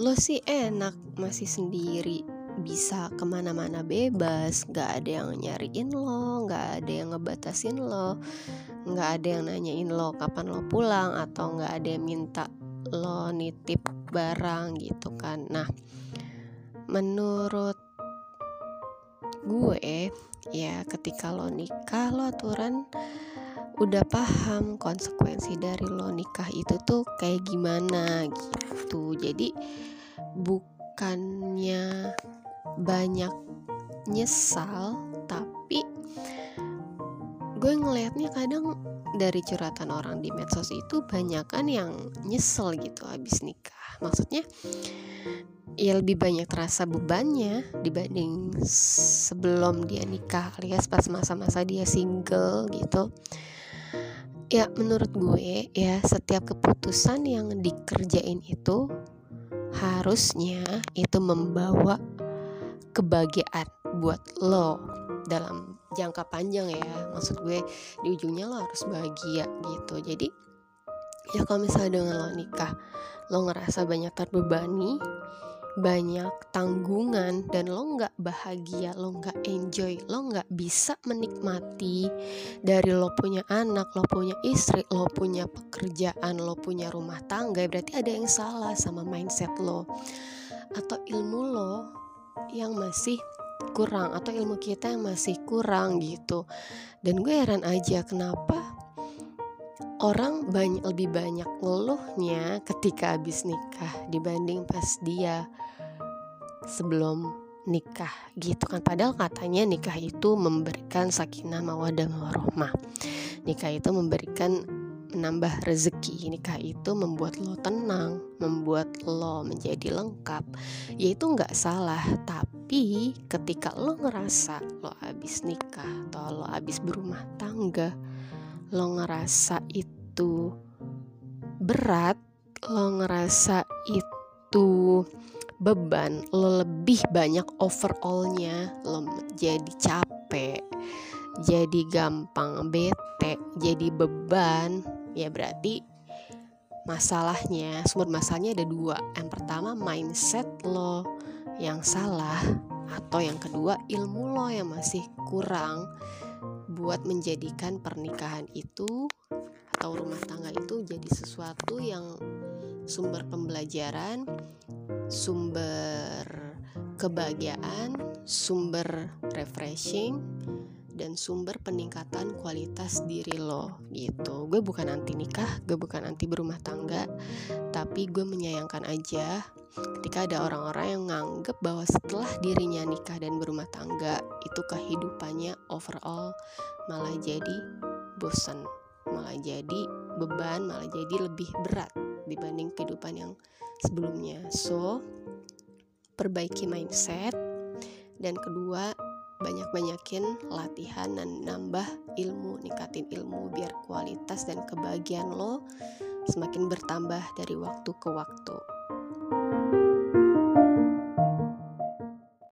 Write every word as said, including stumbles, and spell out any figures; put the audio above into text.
lo sih enak masih sendiri, bisa kemana-mana bebas, gak ada yang nyariin lo, gak ada yang ngebatasin lo, gak ada yang nanyain lo kapan lo pulang, atau gak ada yang minta lo nitip barang gitu kan. Nah, menurut gue ya, ketika lo nikah, lo aturan udah paham konsekuensi dari lo nikah itu tuh kayak gimana gitu. Jadi bukannya banyak nyesal, tapi gue ngelihatnya kadang dari curhatan orang di medsos itu banyak kan yang nyesel gitu abis nikah. Maksudnya ya lebih banyak terasa bebannya dibanding sebelum dia nikah, alias pas masa-masa dia single gitu. Ya menurut gue ya, setiap keputusan yang dikerjain itu harusnya itu membawa kebahagiaan buat lo dalam jangka panjang ya. Maksud gue di ujungnya lo harus bahagia gitu. Jadi ya kalau misalnya dengan lo nikah, lo ngerasa banyak terbebani, banyak tanggungan, dan lo gak bahagia, lo gak enjoy, lo gak bisa menikmati dari lo punya anak, lo punya istri, lo punya pekerjaan, lo punya rumah tangga, berarti ada yang salah sama mindset lo atau ilmu lo yang masih kurang, atau ilmu kita yang masih kurang gitu. Dan gue heran aja kenapa orang banyak lebih banyak ngeluhnya ketika habis nikah dibanding pas dia sebelum nikah gitu kan. Padahal katanya nikah itu memberikan sakinah mawaddah warahmah. Nikah itu memberikan menambah rezeki. Nikah itu membuat lo tenang, membuat lo menjadi lengkap. Ya itu gak salah. Tapi ketika lo ngerasa lo habis nikah atau lo habis berumah tangga, lo ngerasa itu berat, lo ngerasa itu beban, lo lebih banyak overallnya, lo jadi capek, jadi gampang bete, jadi beban, ya berarti masalahnya, sumber masalahnya ada dua. Yang pertama mindset lo yang salah, atau yang kedua ilmu lo yang masih kurang buat menjadikan pernikahan itu atau rumah tangga itu jadi sesuatu yang sumber pembelajaran, sumber kebahagiaan, sumber refreshing, dan sumber peningkatan kualitas diri lo gitu. Gue bukan anti nikah, gue bukan anti berumah tangga, tapi gue menyayangkan aja ketika ada orang-orang yang nganggep bahwa setelah dirinya nikah dan berumah tangga itu kehidupannya overall malah jadi bosan, malah jadi beban, malah jadi lebih berat dibanding kehidupan yang sebelumnya. So, perbaiki mindset, dan kedua, banyak-banyakin latihan dan nambah ilmu, ningkatin ilmu biar kualitas dan kebahagiaan lo semakin bertambah dari waktu ke waktu.